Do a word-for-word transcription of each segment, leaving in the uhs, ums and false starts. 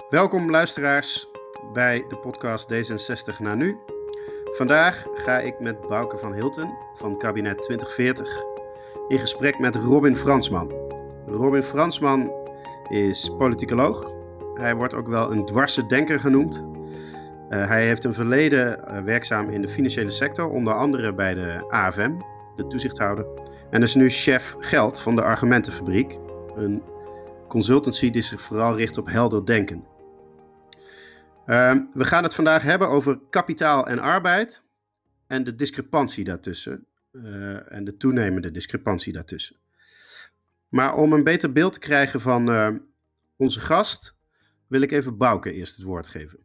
Welkom luisteraars bij de podcast D zesenzestig na nu. Vandaag ga ik met Bouke van Hilten van kabinet twintig veertig in gesprek met Robin Fransman. Robin Fransman is politicoloog. Hij wordt ook wel een dwarse denker genoemd. Uh, hij heeft een verleden uh, werkzaam in de financiële sector, onder andere bij de A F M, de toezichthouder. En is nu chef geld van de Argumentenfabriek, een consultancy die zich vooral richt op helder denken. Uh, we gaan het vandaag hebben over kapitaal en arbeid en de discrepantie daartussen. Uh, en de toenemende discrepantie daartussen. Maar om een beter beeld te krijgen van uh, onze gast, wil ik even Bouke eerst het woord geven.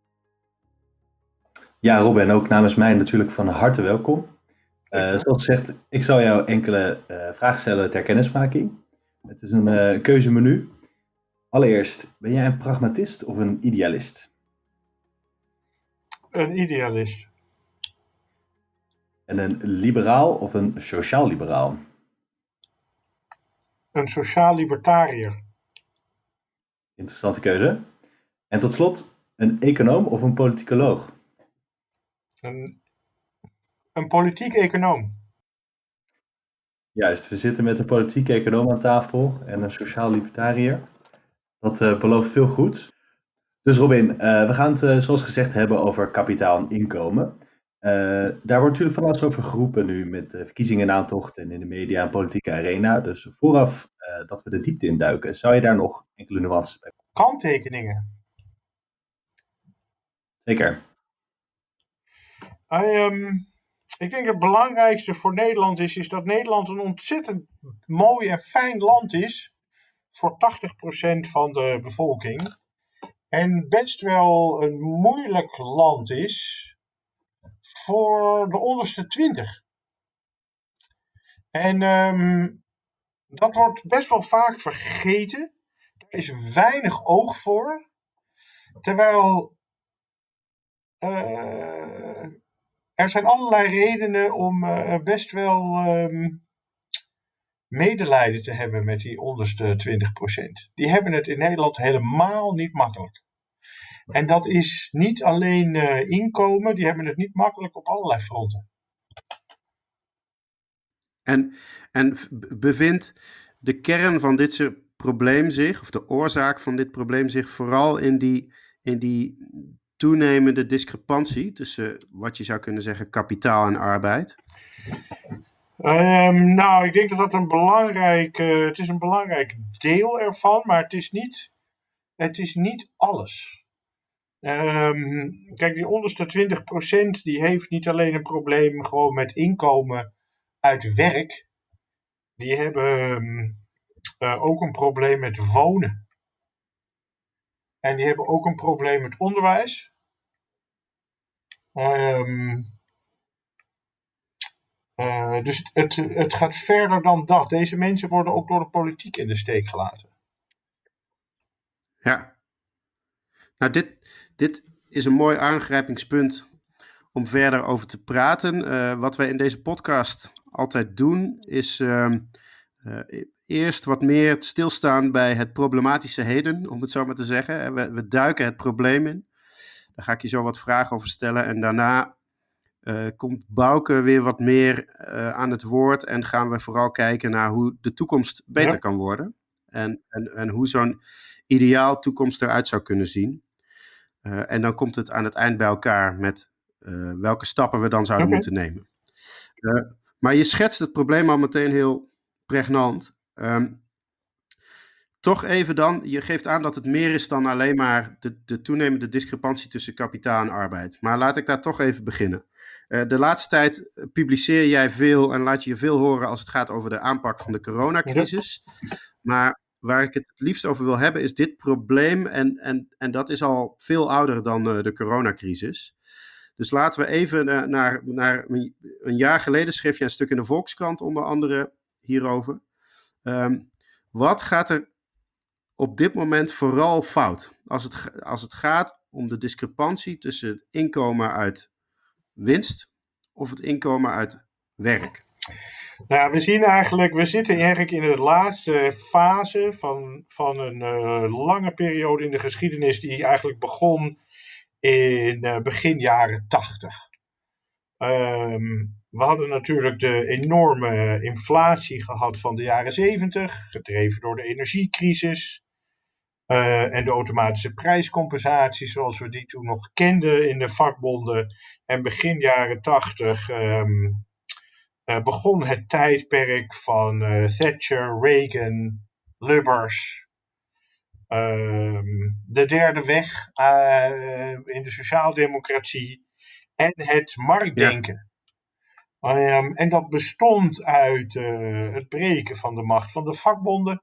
Ja, Robin, ook namens mij natuurlijk van harte welkom. Uh, zoals gezegd, ik zal jou enkele uh, vragen stellen ter kennismaking. Het is een uh, keuzemenu. Allereerst, ben jij een pragmatist of een idealist? Een idealist. En een liberaal of een sociaal-liberaal? Een sociaal-libertariër. Interessante keuze. En tot slot, een econoom of een politicoloog? Een, een politiek econoom. Juist, we zitten met een politiek econoom aan tafel en een sociaal-libertariër. Dat uh, belooft veel goeds. Dus Robin, uh, we gaan het uh, zoals gezegd hebben over kapitaal en inkomen. Uh, daar wordt natuurlijk van alles over geroepen nu met uh, verkiezingen in aantocht en in de media en politieke arena. Dus vooraf uh, dat we de diepte induiken, zou je daar nog enkele nuances bij? Kanttekeningen. Zeker. I, um, ik denk het belangrijkste voor Nederland is, is dat Nederland een ontzettend mooi en fijn land is voor tachtig procent van de bevolking. En best wel een moeilijk land is voor de onderste twintig. En um, dat wordt best wel vaak vergeten. Er is weinig oog voor. Terwijl uh, er zijn allerlei redenen om uh, best wel um, medelijden te hebben met die onderste twintig procent. Die hebben het in Nederland helemaal niet makkelijk. En dat is niet alleen uh, inkomen, die hebben het niet makkelijk op allerlei fronten. En, en bevindt de kern van dit soort probleem zich, of de oorzaak van dit probleem zich vooral in die, in die toenemende discrepantie tussen wat je zou kunnen zeggen kapitaal en arbeid? Um, nou, ik denk dat dat een belangrijk, uh, het is een belangrijk deel ervan, maar het is niet, het is niet alles. Um, kijk, die onderste twintig procent die heeft niet alleen een probleem gewoon met inkomen uit werk. Die hebben um, uh, ook een probleem met wonen. En die hebben ook een probleem met onderwijs. Um, uh, dus het, het, het gaat verder dan dat. Deze mensen worden ook door de politiek in de steek gelaten. Ja. Nou, dit, dit is een mooi aangrijpingspunt om verder over te praten. Uh, wat wij in deze podcast altijd doen, is uh, uh, eerst wat meer stilstaan bij het problematische heden, om het zo maar te zeggen. We, we duiken het probleem in. Daar ga ik je zo wat vragen over stellen. En daarna uh, komt Bouke weer wat meer uh, aan het woord en gaan we vooral kijken naar hoe de toekomst beter ja. kan worden. En, en, en hoe zo'n ideaal toekomst eruit zou kunnen zien. Uh, en dan komt het aan het eind bij elkaar met uh, welke stappen we dan zouden okay. moeten nemen. Uh, maar je schetst het probleem al meteen heel pregnant. Um, toch even dan, je geeft aan dat het meer is dan alleen maar de, de toenemende discrepantie tussen kapitaal en arbeid. Maar laat ik daar toch even beginnen. Uh, de laatste tijd publiceer jij veel en laat je je veel horen als het gaat over de aanpak van de coronacrisis. Maar waar ik het het liefst over wil hebben is dit probleem en, en, en dat is al veel ouder dan uh, de coronacrisis. Dus laten we even uh, naar, naar een jaar geleden schreef je een stuk in de Volkskrant onder andere hierover. Um, wat gaat er op dit moment vooral fout als het, als het gaat om de discrepantie tussen het inkomen uit winst of het inkomen uit werk? Nou ja, we zien eigenlijk, we zitten eigenlijk in de laatste fase van, van een uh, lange periode in de geschiedenis die eigenlijk begon in uh, begin jaren tachtig. Um, we hadden natuurlijk de enorme inflatie gehad van de jaren zeventig, gedreven door de energiecrisis uh, en de automatische prijscompensatie zoals we die toen nog kenden in de vakbonden. En begin jaren tachtig um, uh, begon het tijdperk van uh, Thatcher, Reagan, Lubbers, um, de derde weg uh, in de sociaaldemocratie en het marktdenken. Ja. Um, en dat bestond uit uh, het breken van de macht van de vakbonden.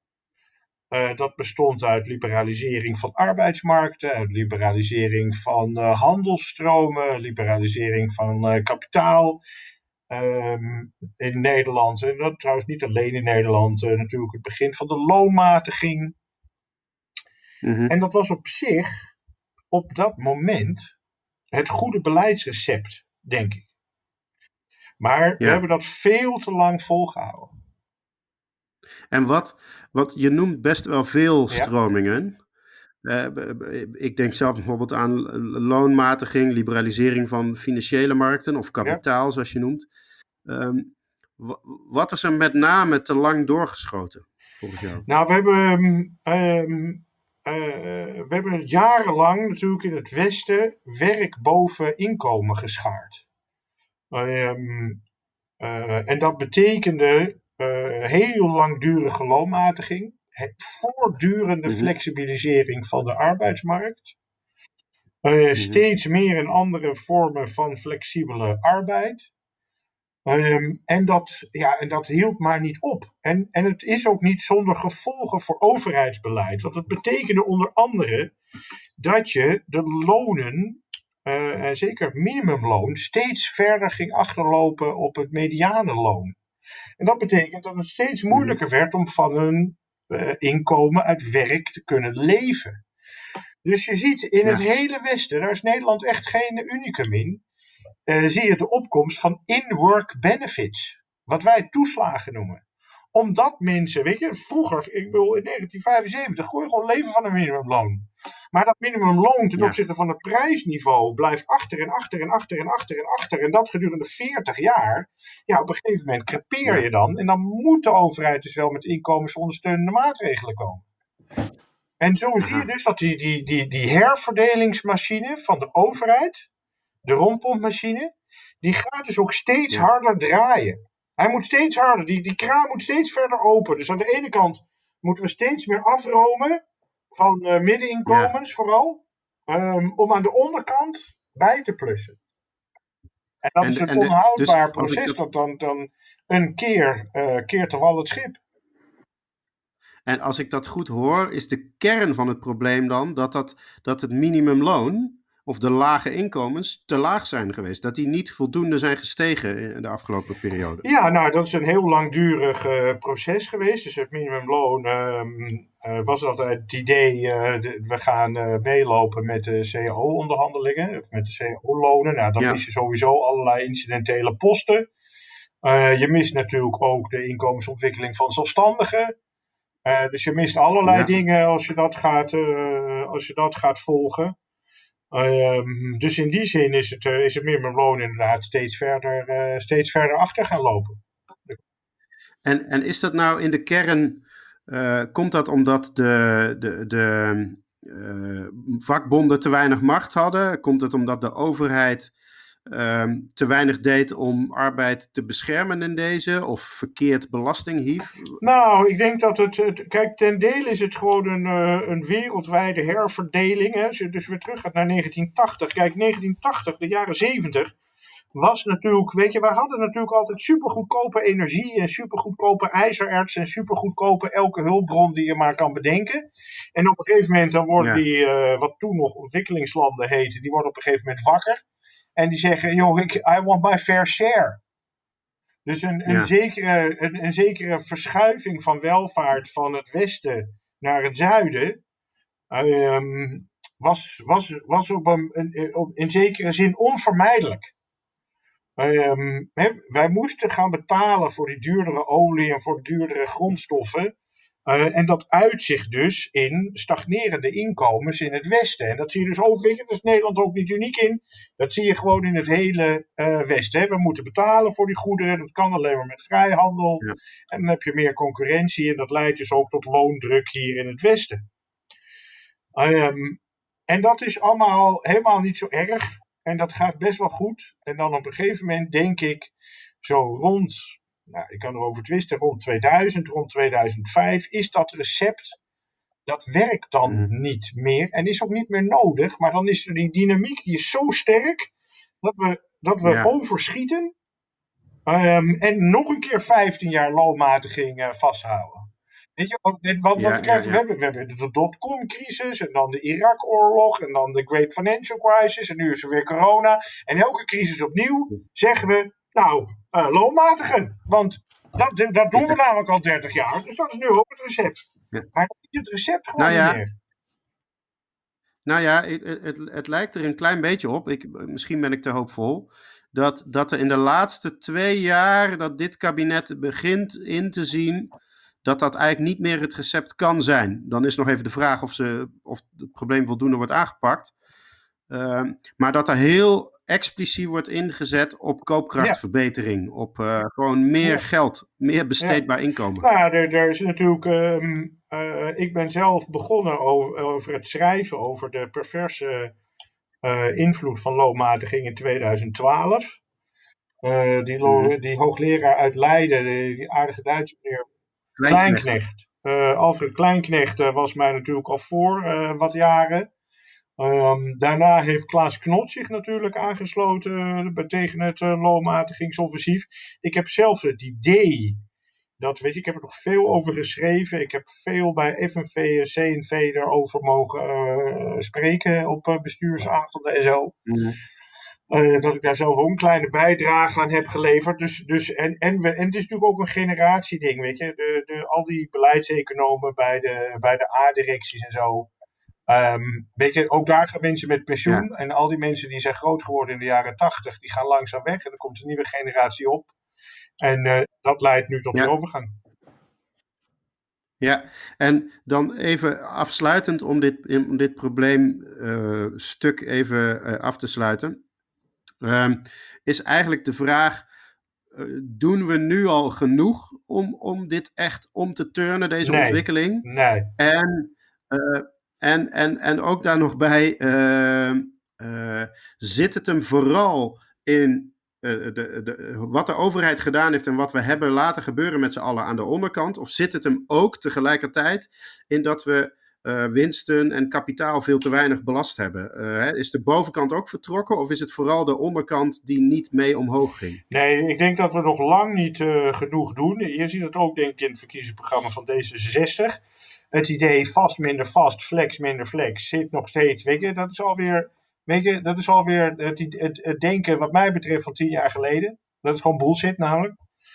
Uh, dat bestond uit liberalisering van arbeidsmarkten, uit liberalisering van uh, handelsstromen, liberalisering van uh, kapitaal. Um, in Nederland, en dat trouwens niet alleen in Nederland, uh, natuurlijk het begin van de loonmatiging. Mm-hmm. En dat was op zich, op dat moment, het goede beleidsrecept, denk ik. Maar ja. we hebben dat veel te lang volgehouden. En wat, wat je noemt best wel veel stromingen. Ja. Uh, ik denk zelf bijvoorbeeld aan loonmatiging, liberalisering van financiële markten of kapitaal, ja. zoals je noemt. Um, w- wat is er met name te lang doorgeschoten, volgens jou? Nou, we hebben, um, uh, we hebben jarenlang natuurlijk in het Westen werk boven inkomen geschaard. Um, uh, en dat betekende uh, heel langdurige loonmatiging, voortdurende mm-hmm. flexibilisering van de arbeidsmarkt, uh, mm-hmm. steeds meer en andere vormen van flexibele arbeid. Um, en, dat, ja, en dat hield maar niet op. En, en het is ook niet zonder gevolgen voor overheidsbeleid. Want het betekende onder andere dat je de lonen, uh, en zeker het minimumloon, steeds verder ging achterlopen op het medianenloon. En dat betekent dat het steeds moeilijker werd om van een uh, inkomen uit werk te kunnen leven. Dus je ziet in ja. het hele Westen, daar is Nederland echt geen unicum in, Uh, zie je de opkomst van in-work benefits. Wat wij toeslagen noemen. Omdat mensen, weet je, vroeger, ik bedoel in negentien vijfenzeventig, kon je gewoon leven van een minimumloon. Maar dat minimumloon ten ja. opzichte van het prijsniveau blijft achter en achter en achter en achter en achter. En dat gedurende veertig jaar. Ja, op een gegeven moment crepeer je dan. En dan moet de overheid dus wel met inkomensondersteunende maatregelen komen. En zo zie je dus dat die, die, die, die herverdelingsmachine van de overheid, de rondpompmachine, die gaat dus ook steeds ja. harder draaien. Hij moet steeds harder, die, die kraan moet steeds verder open. Dus aan de ene kant moeten we steeds meer afromen van uh, middeninkomens ja. vooral, um, om aan de onderkant bij te plussen. En dat en, is een en, onhoudbaar dus, proces, dat, dat dan, dan een keer uh, keert er wel het schip. En als ik dat goed hoor, is de kern van het probleem dan dat, dat, dat het minimumloon of de lage inkomens te laag zijn geweest. Dat die niet voldoende zijn gestegen in de afgelopen periode. Ja, nou, dat is een heel langdurig uh, proces geweest. Dus het minimumloon um, uh, was altijd het idee, uh, de, we gaan uh, meelopen met de C A O-onderhandelingen, of met de C A O-lonen. Nou, dan ja. mis je sowieso allerlei incidentele posten. Uh, je mist natuurlijk ook de inkomensontwikkeling van zelfstandigen. Uh, dus je mist allerlei ja. dingen als je dat gaat, uh, als je dat gaat volgen. Um, dus in die zin is het, uh, is het minimumloon inderdaad steeds verder, uh, steeds verder achter gaan lopen. En, en is dat nou in de kern, uh, komt dat omdat de, de, de uh, vakbonden te weinig macht hadden? Komt het omdat de overheid uh, te weinig deed om arbeid te beschermen in deze? Of verkeerd belasting hief? Nou, ik denk dat het, het kijk, ten dele is het gewoon een, uh, een wereldwijde herverdeling. Hè? Als je dus weer terug gaat naar negentien tachtig. Kijk, negentien tachtig, de jaren zeventig, was natuurlijk, weet je, wij hadden natuurlijk altijd supergoedkope energie en supergoedkope ijzererts en supergoedkope elke hulpbron die je maar kan bedenken. En op een gegeven moment dan worden ja. die, uh, wat toen nog ontwikkelingslanden heette, die worden op een gegeven moment wakker. En die zeggen, joh, ik, I want my fair share. Dus een, een, ja. zekere, een, een zekere verschuiving van welvaart van het westen naar het zuiden um, was, was, was op een, een, op, in zekere zin onvermijdelijk. Um, hè, wij moesten gaan betalen voor die duurdere olie en voor duurdere grondstoffen. Uh, en dat uitzicht dus in stagnerende inkomens in het Westen. En dat zie je dus overal, daar is Nederland ook niet uniek in. Dat zie je gewoon in het hele uh, Westen. Hè. We moeten betalen voor die goederen, dat kan alleen maar met vrijhandel. Ja. En dan heb je meer concurrentie en dat leidt dus ook tot loondruk hier in het Westen. Um, en dat is allemaal helemaal niet zo erg. En dat gaat best wel goed. En dan op een gegeven moment denk ik, zo rond, nou, ik kan erover twisten, rond tweeduizend, rond tweeduizend vijf, is dat recept, dat werkt dan mm. niet meer. En is ook niet meer nodig. Maar dan is er die dynamiek, die is zo sterk, dat we, dat we ja. overschieten. Um, en nog een keer vijftien jaar loonmatiging uh, vasthouden. Weet je, want wat ja, krijgen ja, ja. we? Hebben, we hebben de dotcom-crisis en dan de Irak-oorlog en dan de Great Financial Crisis en nu is er weer corona. En elke crisis opnieuw zeggen we, nou, uh, loonmatigen. Want dat, dat doen we namelijk al dertig jaar, dus dat is nu ook het recept. Ja. Maar dat is het recept gewoon nou ja. niet meer. Nou ja, het, het, het lijkt er een klein beetje op, ik, misschien ben ik te hoopvol, dat, dat er in de laatste twee jaar dat dit kabinet begint in te zien dat dat eigenlijk niet meer het recept kan zijn. Dan is nog even de vraag of, ze, of het probleem voldoende wordt aangepakt. Uh, maar dat er heel expliciet wordt ingezet op koopkrachtverbetering. Ja. Op uh, gewoon meer ja. geld, meer besteedbaar ja. inkomen. Nou, er, er is natuurlijk... Um, uh, ik ben zelf begonnen over, over het schrijven over de perverse uh, invloed van loonmatiging in tweeduizend twaalf. Uh, die, lo- mm. die hoogleraar uit Leiden, die, die aardige Duitse meneer... Kleinknecht. Kleinknecht. Uh, Alfred Kleinknecht uh, was mij natuurlijk al voor uh, wat jaren. Um, daarna heeft Klaas Knot zich natuurlijk aangesloten uh, tegen het uh, loonmatigingsoffensief. Ik heb zelf het idee, dat weet je, ik heb er nog veel over geschreven. Ik heb veel bij F N V en C N V erover mogen uh, spreken op uh, bestuursavonden en zo. Mm-hmm. Uh, dat ik daar zelf ook een kleine bijdrage aan heb geleverd. Dus, dus, en, en, we, en het is natuurlijk ook een generatieding, weet je. De, de, al die beleidseconomen bij de, bij de A-directies en zo. Um, weet je, ook daar gaan mensen met pensioen. Ja. En al die mensen die zijn groot geworden in de jaren tachtig, die gaan langzaam weg. En dan komt een nieuwe generatie op. En uh, dat leidt nu tot ja. de overgang. Ja, en dan even afsluitend om dit, om dit probleemstuk uh, even uh, af te sluiten. Um, is eigenlijk de vraag, uh, doen we nu al genoeg om, om dit echt om te turnen, deze nee, ontwikkeling? Nee. En, uh, en, en, en ook daar nog bij, uh, uh, zit het hem vooral in uh, de, de, wat de overheid gedaan heeft en wat we hebben laten gebeuren met z'n allen aan de onderkant? Of zit het hem ook tegelijkertijd in dat we Uh, winsten en kapitaal veel te weinig belast hebben? Uh, hè, is de bovenkant ook vertrokken of is het vooral de onderkant die niet mee omhoog ging? Nee, ik denk dat we nog lang niet uh, genoeg doen. Je ziet het ook denk ik in het verkiezingsprogramma van D zesenzestig. Het idee vast minder vast, flex minder flex zit nog steeds. Weet je, dat is alweer, weet je, dat is alweer het, het, het denken wat mij betreft van tien jaar geleden. Dat is gewoon bullshit namelijk.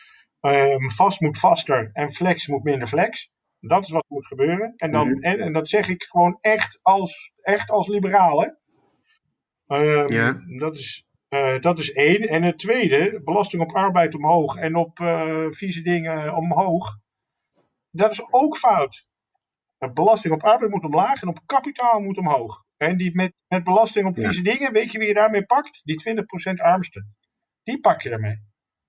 Um, vast moet vaster en flex moet minder flex. Dat is wat moet gebeuren. En, dan, mm-hmm. en, en dat zeg ik gewoon echt als, echt als liberaal. Hè? Um, ja. dat, is, uh, dat is één. En het tweede, belasting op arbeid omhoog en op uh, vieze dingen omhoog. Dat is ook fout. De belasting op arbeid moet omlaag en op kapitaal moet omhoog. En die met, met belasting op vieze ja. dingen, weet je wie je daarmee pakt? Die twintig procent armsten. Die pak je daarmee.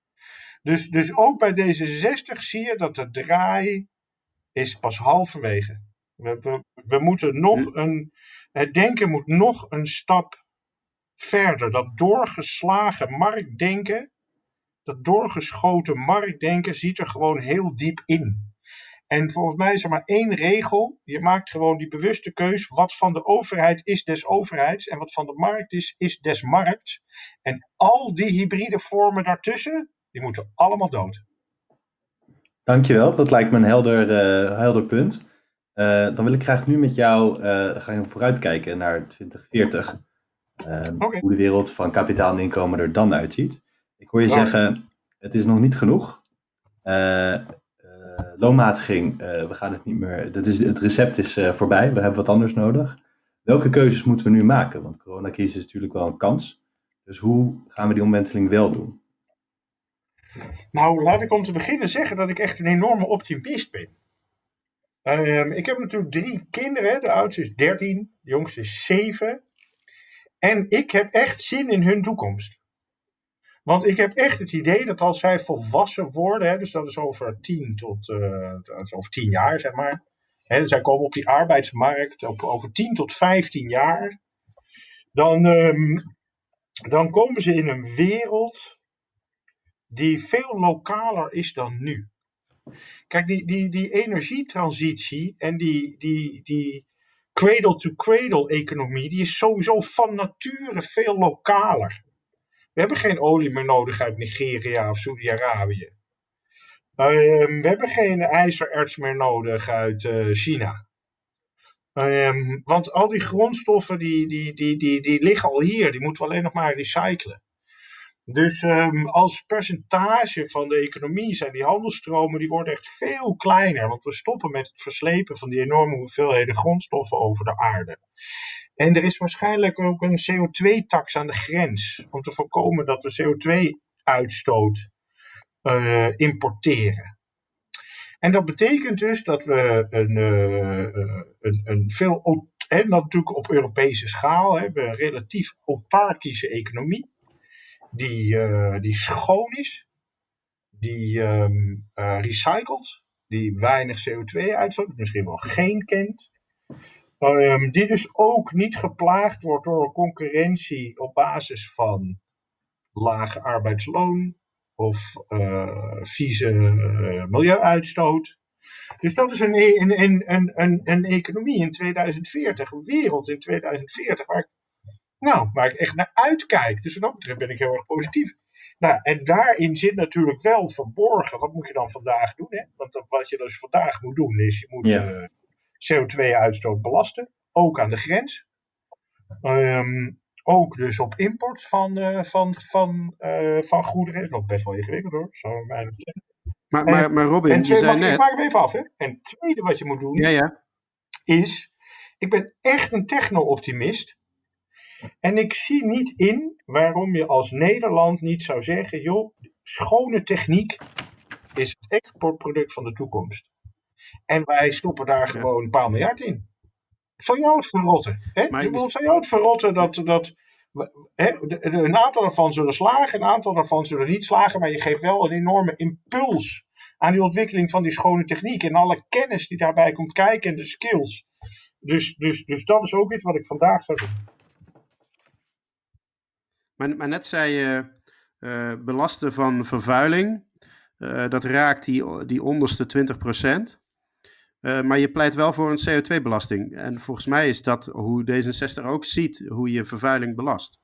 Dus, dus ook bij D zesenzestig zie je dat de draai is pas halverwege. We, we, we moeten nog een... Het denken moet nog een stap verder. Dat doorgeslagen marktdenken, dat doorgeschoten marktdenken zit er gewoon heel diep in. En volgens mij is er maar één regel. Je maakt gewoon die bewuste keus. Wat van de overheid is des overheids. En wat van de markt is, is des markts. En al die hybride vormen daartussen, die moeten allemaal dood. Dankjewel, dat lijkt me een helder, uh, helder punt. Uh, dan wil ik graag nu met jou uh, gaan vooruitkijken naar twintig veertig. Uh, okay. Hoe de wereld van kapitaal en inkomen er dan uitziet. Ik hoor je ja. zeggen, het is nog niet genoeg. Uh, uh, loonmatiging, uh, we gaan het niet meer. Dat is, het recept is uh, voorbij, we hebben wat anders nodig. Welke keuzes moeten we nu maken? Want de coronacrisis is natuurlijk wel een kans. Dus hoe gaan we die omwenteling wel doen? Nou, laat ik om te beginnen zeggen dat ik echt een enorme optimist ben. Um, ik heb natuurlijk drie kinderen. De oudste is dertien, de jongste is zeven. En ik heb echt zin in hun toekomst. Want ik heb echt het idee dat als zij volwassen worden, hè, dus dat is over tien tot uh, dat is over tien jaar, zeg maar. Hè, zij komen op die arbeidsmarkt op, over tien tot vijftien jaar. Dan, um, dan komen ze in een wereld die veel lokaler is dan nu. Kijk, die, die, die energietransitie en die, die, die cradle-to-cradle economie, die is sowieso van nature veel lokaler. We hebben geen olie meer nodig uit Nigeria of Saudi-Arabië. Um, we hebben geen ijzererts meer nodig uit uh, China. Um, want al die grondstoffen die, die, die, die, die liggen al hier, die moeten we alleen nog maar recyclen. Dus um, als percentage van de economie zijn die handelsstromen, die worden echt veel kleiner. Want we stoppen met het verslepen van die enorme hoeveelheden grondstoffen over de aarde. En er is waarschijnlijk ook een C O twee tax aan de grens. Om te voorkomen dat we C O twee uitstoot uh, importeren. En dat betekent dus dat we een, uh, een, een veel, en natuurlijk op Europese schaal, hebben we een relatief autarkische economie. Die, uh, die schoon is, die um, uh, recycelt, die weinig C O twee uitstoot, misschien wel geen kent. Um, die dus ook niet geplaagd wordt door concurrentie op basis van lage arbeidsloon of uh, vieze uh, milieuuitstoot. Dus dat is een, een, een, een, een economie in tweeduizend veertig, een wereld in tweeduizend veertig waar ik Nou, waar ik echt naar uitkijk. Dus wat dat betreft ben ik heel erg positief. Nou, en daarin zit natuurlijk wel verborgen. Wat moet je dan vandaag doen? Hè? Want wat je dus vandaag moet doen is, je moet ja. uh, C O twee uitstoot belasten. Ook aan de grens. Um, ook dus op import van, uh, van, van, uh, van goederen. Dat is nog best wel ingewikkeld hoor. Zou ik mij zeggen. Maar, maar, maar Robin, en twee, je zei mag, net... Ik maak hem even af. Hè? En het tweede wat je moet doen ja, ja. is... Ik ben echt een techno-optimist. En ik zie niet in waarom je als Nederland niet zou zeggen, joh, schone techniek is het exportproduct van de toekomst. En wij stoppen daar ja. gewoon een paar miljard in. Zou jou het verrotten? Hè? Maar ik... Zou jou het verrotten dat, dat hè, een aantal daarvan zullen slagen, een aantal daarvan zullen niet slagen, maar je geeft wel een enorme impuls aan die ontwikkeling van die schone techniek en alle kennis die daarbij komt kijken en de skills. Dus, dus, dus dat is ook iets wat ik vandaag zou doen. Maar, maar net zei je, uh, belasten van vervuiling, uh, dat raakt die, die onderste twintig procent. Uh, maar je pleit wel voor een C O twee belasting. En volgens mij is dat hoe D zesenzestig ook ziet, hoe je vervuiling belast.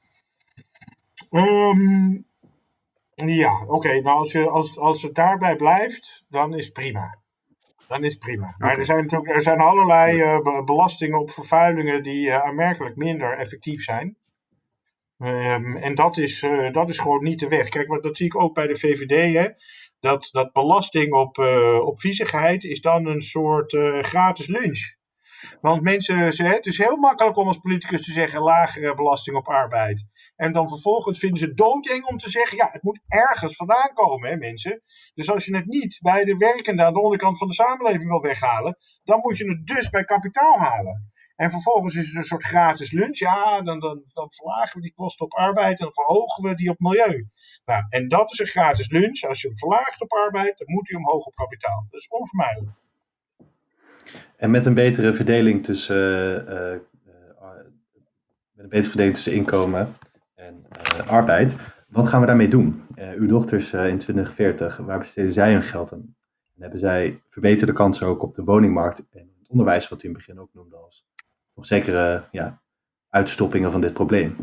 Um, ja, oké. Okay. Nou, als, je, als, als het daarbij blijft, dan is het prima. Dan is het prima. Maar okay. er zijn natuurlijk er zijn allerlei uh, belastingen op vervuilingen die uh, aanmerkelijk minder effectief zijn. Um, en dat is, uh, dat is gewoon niet de weg. Kijk, wat, dat zie ik ook bij de V V D. Hè? Dat, dat belasting op, uh, op viezigheid is dan een soort uh, gratis lunch. Want mensen, ze, het is heel makkelijk om als politicus te zeggen lagere belasting op arbeid. En dan vervolgens vinden ze doodeng om te zeggen, ja, het moet ergens vandaan komen, hè, mensen. Dus als je het niet bij de werkenden aan de onderkant van de samenleving wil weghalen, dan moet je het dus bij kapitaal halen. En vervolgens is het een soort gratis lunch. Ja, dan, dan, dan verlagen we die kosten op arbeid en dan verhogen we die op milieu. Nou, en dat is een gratis lunch. Als je hem verlaagt op arbeid, dan moet hij omhoog op kapitaal. Dat is onvermijdelijk. En met een betere verdeling tussen, uh, uh, met een betere verdeling tussen inkomen en uh, arbeid, wat gaan we daarmee doen? Uh, uw dochters uh, in twintig veertig, waar besteden zij hun geld aan? En hebben zij verbeterde kansen ook op de woningmarkt en het onderwijs, wat u in het begin ook noemde als nog zekere ja, uitstoppingen van dit probleem?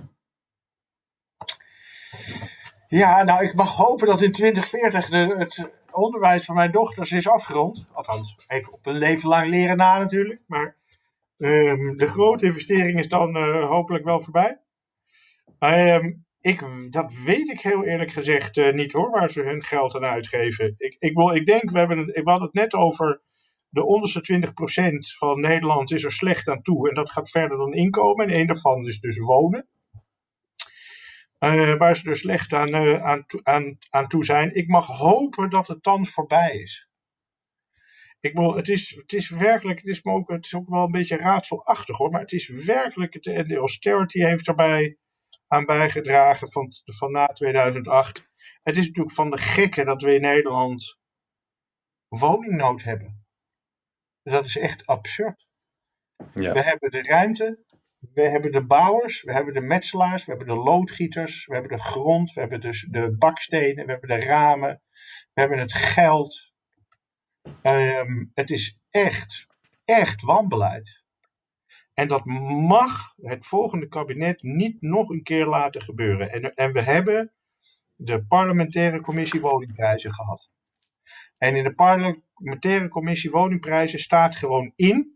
Ja, nou, ik mag hopen dat in twintig veertig de, het onderwijs van mijn dochters is afgerond. Althans, even op een leven lang leren na natuurlijk. Maar um, de grote investering is dan uh, hopelijk wel voorbij. Um, ik, dat weet ik heel eerlijk gezegd uh, niet hoor, waar ze hun geld aan uitgeven. Ik, ik, wil, ik denk, we, hebben, we hadden het net over de onderste twintig procent van Nederland is er slecht aan toe. En dat gaat verder dan inkomen. En één daarvan is dus wonen. Uh, waar ze dus slecht aan, uh, aan, to- aan, aan toe zijn. Ik mag hopen dat het dan voorbij is. Ik bedoel, het is, het is werkelijk, het is, me ook, het is ook wel een beetje raadselachtig hoor, maar het is werkelijk, het, en de austerity heeft daarbij aan bijgedragen van, van na tweeduizend acht. Het is natuurlijk van de gekken dat we in Nederland woningnood hebben. Dus dat is echt absurd. Ja. We hebben de ruimte, we hebben de bouwers, we hebben de metselaars, we hebben de loodgieters, we hebben de grond, we hebben dus de bakstenen, we hebben de ramen, we hebben het geld. Um, het is echt, echt wanbeleid. En dat mag het volgende kabinet niet nog een keer laten gebeuren. En, en we hebben de parlementaire commissie woningprijzen gehad. En in de parlementaire commissie woningprijzen staat gewoon in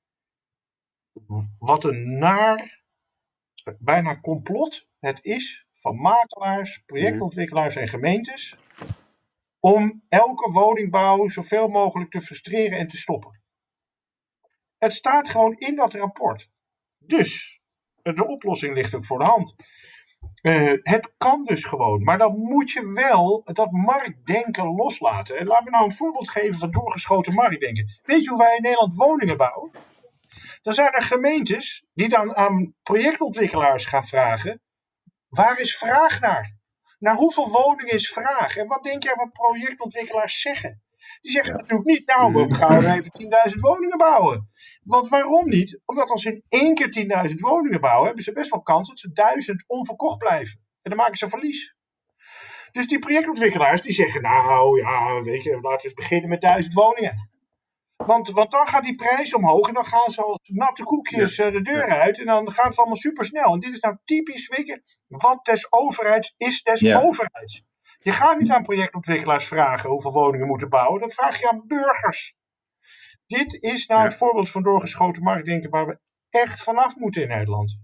wat een naar, bijna complot het is van makelaars, projectontwikkelaars en gemeentes om elke woningbouw zoveel mogelijk te frustreren en te stoppen. Het staat gewoon in dat rapport. Dus de oplossing ligt ook voor de hand. Uh, het kan dus gewoon, maar dan moet je wel dat marktdenken loslaten. En laat me nou een voorbeeld geven van doorgeschoten marktdenken. Weet je hoe wij in Nederland woningen bouwen? Dan zijn er gemeentes die dan aan projectontwikkelaars gaan vragen: waar is vraag naar? Naar hoeveel woningen is vraag? En wat denk jij wat projectontwikkelaars zeggen? Die zeggen ja. natuurlijk niet, nou, we gaan even tienduizend woningen bouwen. Want waarom niet? Omdat als ze in één keer tienduizend woningen bouwen, hebben ze best wel kans dat ze duizend onverkocht blijven. En dan maken ze verlies. Dus die projectontwikkelaars die zeggen, nou ja, weet je, laten we eens beginnen met duizend woningen. Want, want dan gaat die prijs omhoog en dan gaan ze als natte koekjes ja. de deur uit en dan gaat het allemaal supersnel. En dit is nou typisch, weet je, wat des overheids is des ja. overheids. Je gaat niet aan projectontwikkelaars vragen hoeveel woningen moeten bouwen, dat vraag je aan burgers. Dit is nou ja. het voorbeeld van doorgeschoten marktdenken waar we echt vanaf moeten in Nederland.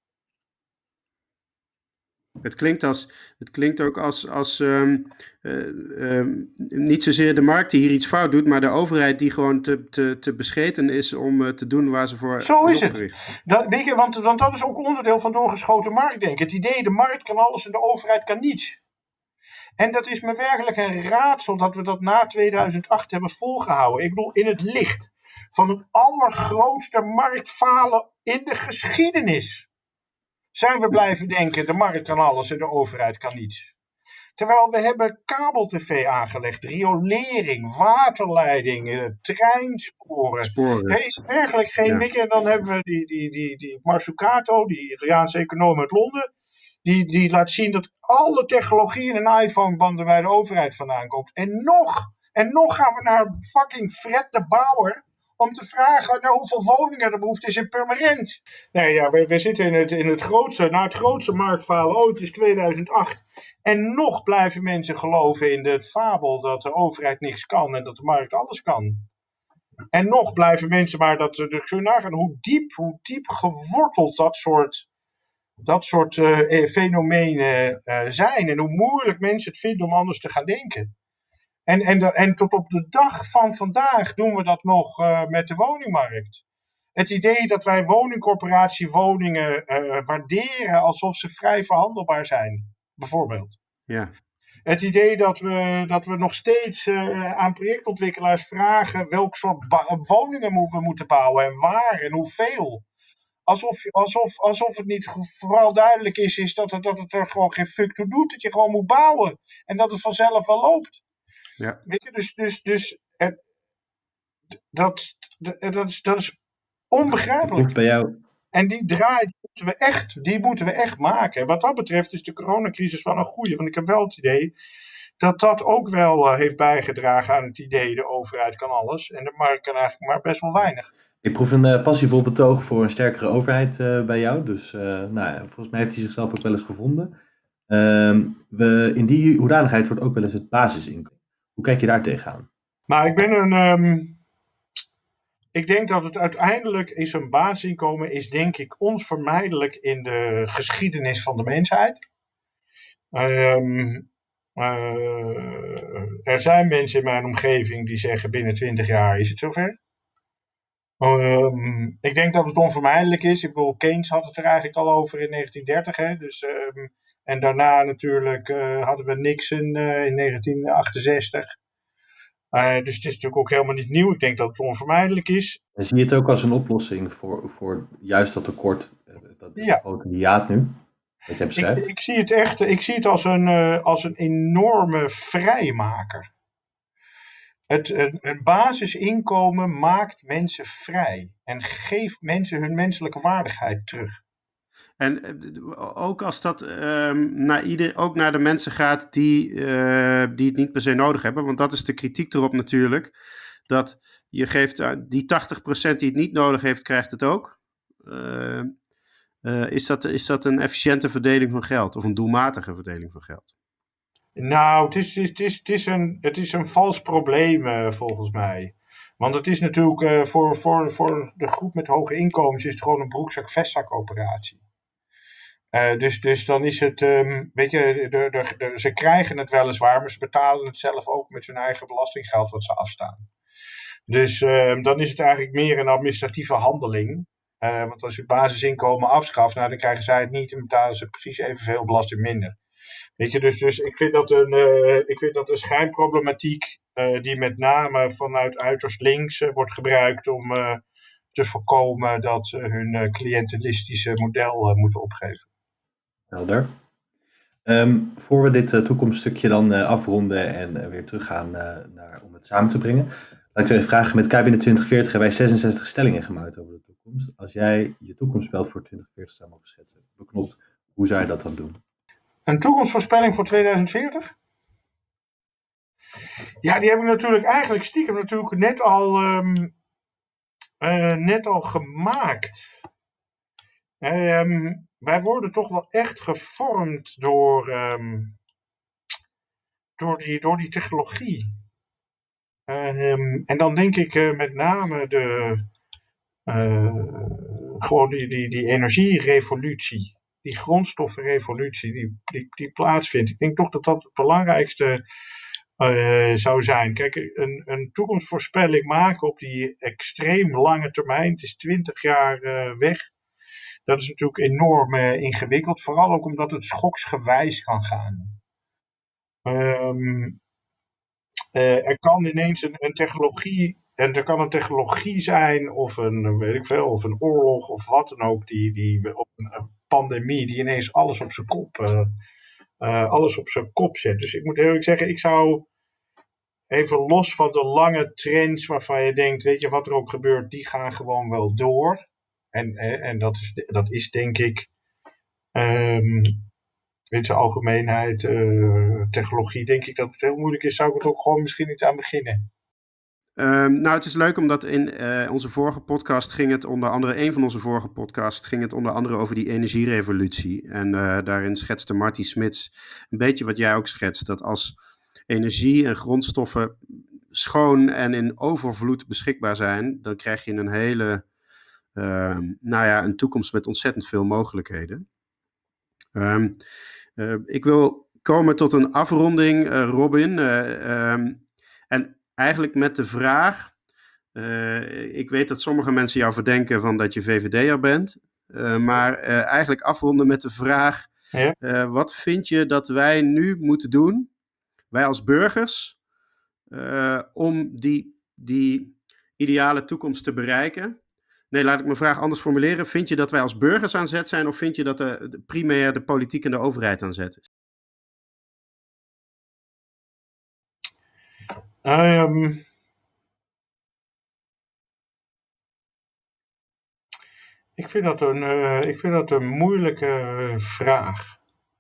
Het klinkt, als, het klinkt ook als, als um, uh, um, niet zozeer de markt die hier iets fout doet, maar de overheid die gewoon te, te, te bescheten is om uh, te doen waar ze voor Zo is, is het. Dat, weet je, want, want dat is ook onderdeel van doorgeschoten marktdenken. Het idee, de markt kan alles en de overheid kan niets. En dat is me werkelijk een raadsel dat we dat na tweeduizend acht hebben volgehouden. Ik bedoel, in het licht van het allergrootste marktfalen in de geschiedenis zijn we blijven denken, de markt kan alles en de overheid kan niets. Terwijl we hebben kabel-tv aangelegd, riolering, waterleidingen, treinsporen. Sporen. Er is werkelijk geen ja. wikken. En dan hebben we die, die, die, die Mazzucato, die Italiaanse econoom uit Londen. Die, die laat zien dat alle technologie in een iPhone-banden bij de overheid vandaan komt. En nog, en nog gaan we naar fucking Fred de Bouwer om te vragen naar hoeveel woningen er behoefte is in Purmerend. Nee, ja, we, we zitten in het, in het grootste, na het grootste marktfalen ooit is tweeduizend acht. En nog blijven mensen geloven in de fabel dat de overheid niks kan en dat de markt alles kan. En nog blijven mensen maar dat, dat kun je nagaan hoe diep, hoe diep geworteld dat soort, dat soort uh, fenomenen uh, zijn. En hoe moeilijk mensen het vinden om anders te gaan denken. En, en, de, en tot op de dag van vandaag doen we dat nog uh, met de woningmarkt. Het idee dat wij woningcorporatiewoningen uh, waarderen alsof ze vrij verhandelbaar zijn, bijvoorbeeld. Ja. Het idee dat we, dat we nog steeds uh, aan projectontwikkelaars vragen welk soort ba- woningen we moeten bouwen en waar en hoeveel. Alsof, alsof, alsof het niet vooral duidelijk is, is dat, het, dat het er gewoon geen fuck toe doet. Dat je gewoon moet bouwen en dat het vanzelf wel loopt. Ja. Weet je, dus, dus, dus eh, dat, dat, is, dat is onbegrijpelijk. Bij jou. En die draai die moeten, we echt, die moeten we echt maken. En wat dat betreft is de coronacrisis wel een goede. Want ik heb wel het idee dat dat ook wel uh, heeft bijgedragen aan het idee de overheid kan alles. En de markt kan eigenlijk maar best wel weinig. Ik proef een uh, passievol betoog voor een sterkere overheid uh, bij jou. Dus uh, nou, volgens mij heeft hij zichzelf ook wel eens gevonden. Uh, we, in die hoedanigheid wordt ook wel eens het basisinkomen. Hoe kijk je daar tegenaan? Nou, ik ben een... Um, ik denk dat het uiteindelijk is een basisinkomen is denk ik onvermijdelijk in de geschiedenis van de mensheid. Um, uh, er zijn mensen in mijn omgeving die zeggen binnen twintig jaar is het zover. Um, ik denk dat het onvermijdelijk is. Ik bedoel, Keynes had het er eigenlijk al over in negentien dertig. Hè? Dus, um, En daarna natuurlijk uh, hadden we Nixon uh, in negentien achtenzestig. Uh, dus het is natuurlijk ook helemaal niet nieuw. Ik denk dat het onvermijdelijk is. En zie je het ook als een oplossing voor, voor juist dat tekort, dat ja. grote hiaat nu, wat jij beschrijft? Ik, ik zie het echt ik zie het als een, uh, als een enorme vrijmaker. Het, een, een basisinkomen maakt mensen vrij en geeft mensen hun menselijke waardigheid terug. En ook als dat um, naar ieder, ook naar de mensen gaat die, uh, die het niet per se nodig hebben, want dat is de kritiek erop natuurlijk, dat je geeft uh, die tachtig procent die het niet nodig heeft, krijgt het ook. Uh, uh, is, dat, is dat een efficiënte verdeling van geld of een doelmatige verdeling van geld? Nou, het is, het is, het is, een, het is een vals probleem uh, volgens mij. Want het is natuurlijk uh, voor, voor, voor de groep met hoge inkomens is het gewoon een broekzak-vestzak operatie. Uh, dus, dus dan is het, um, weet je, de, de, de, ze krijgen het weliswaar, maar ze betalen het zelf ook met hun eigen belastinggeld wat ze afstaan. Dus uh, dan is het eigenlijk meer een administratieve handeling. Uh, want als je basisinkomen afschaft, nou, dan krijgen zij het niet en betalen ze precies evenveel belasting minder. Weet je, dus, dus ik, vind dat een, uh, ik vind dat een schijnproblematiek uh, die met name vanuit uiterst links uh, wordt gebruikt om uh, te voorkomen dat ze hun uh, cliëntelistische model uh, moeten opgeven. Helder. Um, voor we dit uh, toekomststukje dan uh, afronden en uh, weer teruggaan uh, naar, om het samen te brengen, laat ik zo even vragen, met Kabinet twintig veertig hebben wij zesenzestig stellingen gemaakt over de toekomst. Als jij je toekomstbeeld voor twintig veertig zou mogen schetsen, beknopt, hoe zou je dat dan doen? Een toekomstvoorspelling voor tweeduizend veertig? Ja, die heb ik natuurlijk eigenlijk stiekem natuurlijk net al, um, uh, net al gemaakt. Um, wij worden toch wel echt gevormd door, um, door, die, door die technologie. Um, en dan denk ik uh, met name de, uh, gewoon die, die, die energierevolutie. Die grondstoffenrevolutie die, die, die plaatsvindt. Ik denk toch dat dat het belangrijkste uh, zou zijn. Kijk, een, een toekomstvoorspelling maken op die extreem lange termijn, het is twintig jaar uh, weg. Dat is natuurlijk enorm uh, ingewikkeld. Vooral ook omdat het schoksgewijs kan gaan. Um, uh, er kan ineens een, een technologie... En er kan een technologie zijn, of een, weet ik veel, of een oorlog, of wat dan ook, die, die, of een pandemie, die ineens alles op zijn kop, uh, uh, alles op zijn kop zet. Dus ik moet eerlijk zeggen, ik zou even los van de lange trends waarvan je denkt, weet je, wat er ook gebeurt, die gaan gewoon wel door. En, en dat, is, dat is denk ik, um, in zijn algemeenheid, uh, technologie, denk ik dat het heel moeilijk is, zou ik het ook gewoon misschien niet aan beginnen. Um, nou, het is leuk omdat in uh, onze vorige podcast ging het onder andere, een van onze vorige podcasts ging het onder andere over die energierevolutie. En uh, daarin schetste Marty Smits een beetje wat jij ook schetst, dat als energie en grondstoffen schoon en in overvloed beschikbaar zijn, dan krijg je een hele, uh, nou ja, een toekomst met ontzettend veel mogelijkheden. Um, uh, ik wil komen tot een afronding, uh, Robin. Uh, um, en eigenlijk met de vraag, uh, ik weet dat sommige mensen jou verdenken van dat je V V D'er bent, uh, maar uh, eigenlijk afronden met de vraag, ja. uh, wat vind je dat wij nu moeten doen, wij als burgers, uh, om die, die ideale toekomst te bereiken? Nee, laat ik mijn vraag anders formuleren. Vind je dat wij als burgers aan zet zijn of vind je dat de, de primair de politiek en de overheid aan zet is? Um, ik, vind dat een, uh, ik vind dat een moeilijke uh, vraag.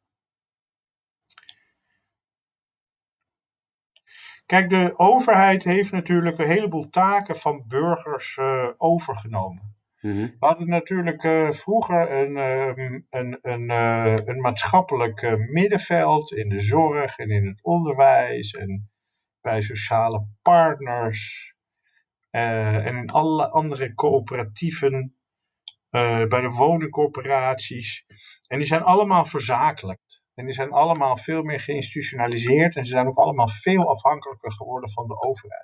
Kijk, de overheid heeft natuurlijk een heleboel taken van burgers uh, overgenomen. Mm-hmm. We hadden natuurlijk uh, vroeger een, um, een, een, uh, een maatschappelijk uh, middenveld in de zorg en in het onderwijs en bij sociale partners uh, en in alle andere coöperatieven, uh, bij de woningcorporaties. En die zijn allemaal verzakelijkt. En die zijn allemaal veel meer geïnstitutionaliseerd en ze zijn ook allemaal veel afhankelijker geworden van de overheid.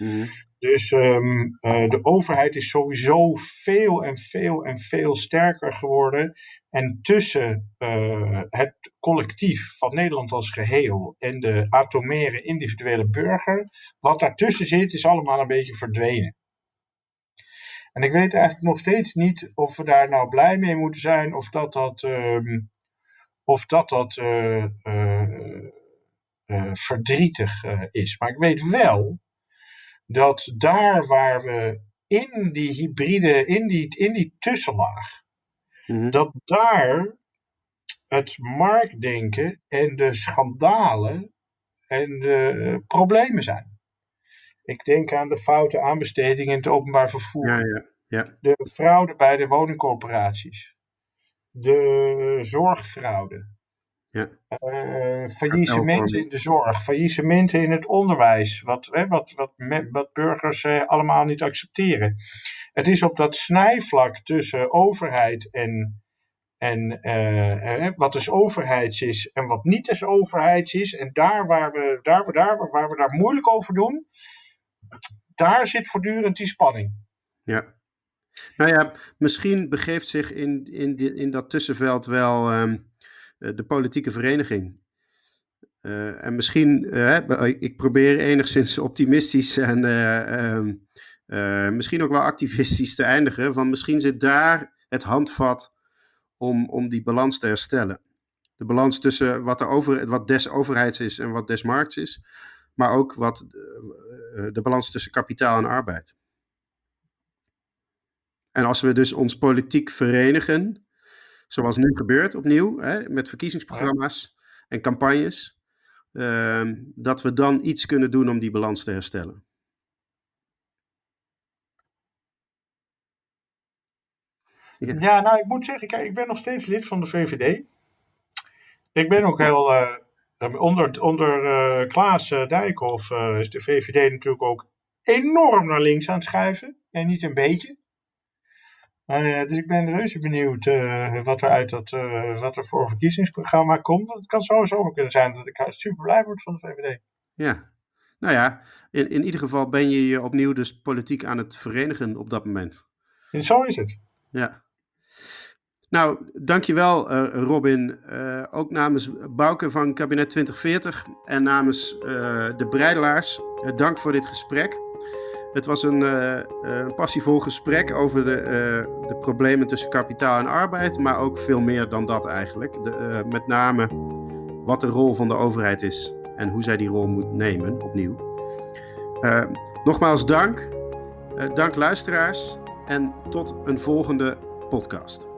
Mhm. Dus um, uh, de overheid is sowieso veel en veel en veel sterker geworden. En tussen uh, het collectief van Nederland als geheel en de atomaire individuele burger, wat daartussen zit, is allemaal een beetje verdwenen. En ik weet eigenlijk nog steeds niet of we daar nou blij mee moeten zijn, of dat dat, um, of dat, dat uh, uh, uh, verdrietig uh, is. Maar ik weet wel dat daar waar we in die hybride, in die, in die tussenlaag, mm-hmm. dat daar het marktdenken en de schandalen en de uh, problemen zijn. Ik denk aan de foute aanbesteding in het openbaar vervoer. Ja, ja, ja. De fraude bij de woningcorporaties. De zorgfraude. Ja. Uh, faillissementen in de zorg, faillissementen in het onderwijs, wat, hè, wat, wat, wat burgers uh, allemaal niet accepteren. Het is op dat snijvlak tussen overheid en, en uh, uh, wat dus overheids is en wat niet dus overheids is, en daar waar we daar, daar, waar we daar moeilijk over doen, daar zit voortdurend die spanning. Ja. Nou ja, misschien begeeft zich in, in, die, in dat tussenveld wel um, de politieke vereniging. Uh, en misschien, uh, ik probeer enigszins optimistisch en uh, um, uh, misschien ook wel activistisch te eindigen, want misschien zit daar het handvat om, om die balans te herstellen. De balans tussen wat, de over, wat des overheids is en wat des markts is, maar ook wat, uh, de balans tussen kapitaal en arbeid. En als we dus ons politiek verenigen, zoals nu gebeurt opnieuw, hè, met verkiezingsprogramma's en campagnes, uh, dat we dan iets kunnen doen om die balans te herstellen. Ja, ja nou ik moet zeggen, kijk, ik ben nog steeds lid van de V V D. Ik ben ook heel, uh, onder, onder uh, Klaas uh, Dijkhoff uh, is de V V D natuurlijk ook enorm naar links aan het schuiven. En niet een beetje. Uh, dus ik ben reuze benieuwd uh, wat er uit dat, uh, wat er voor verkiezingsprogramma komt. Want het kan sowieso kunnen zijn dat ik super blij word van de V V D. Ja, nou ja, in, in ieder geval ben je je opnieuw dus politiek aan het verenigen op dat moment. En zo is het. Ja. Nou, dankjewel uh, Robin. Uh, ook namens Bouke van Kabinet twintig veertig en namens uh, de Breidelaars. Uh, dank voor dit gesprek. Het was een, uh, een passievol gesprek over de, uh, de problemen tussen kapitaal en arbeid, maar ook veel meer dan dat eigenlijk. De, uh, met name wat de rol van de overheid is en hoe zij die rol moet nemen opnieuw. Uh, nogmaals dank. Uh, dank luisteraars en tot een volgende podcast.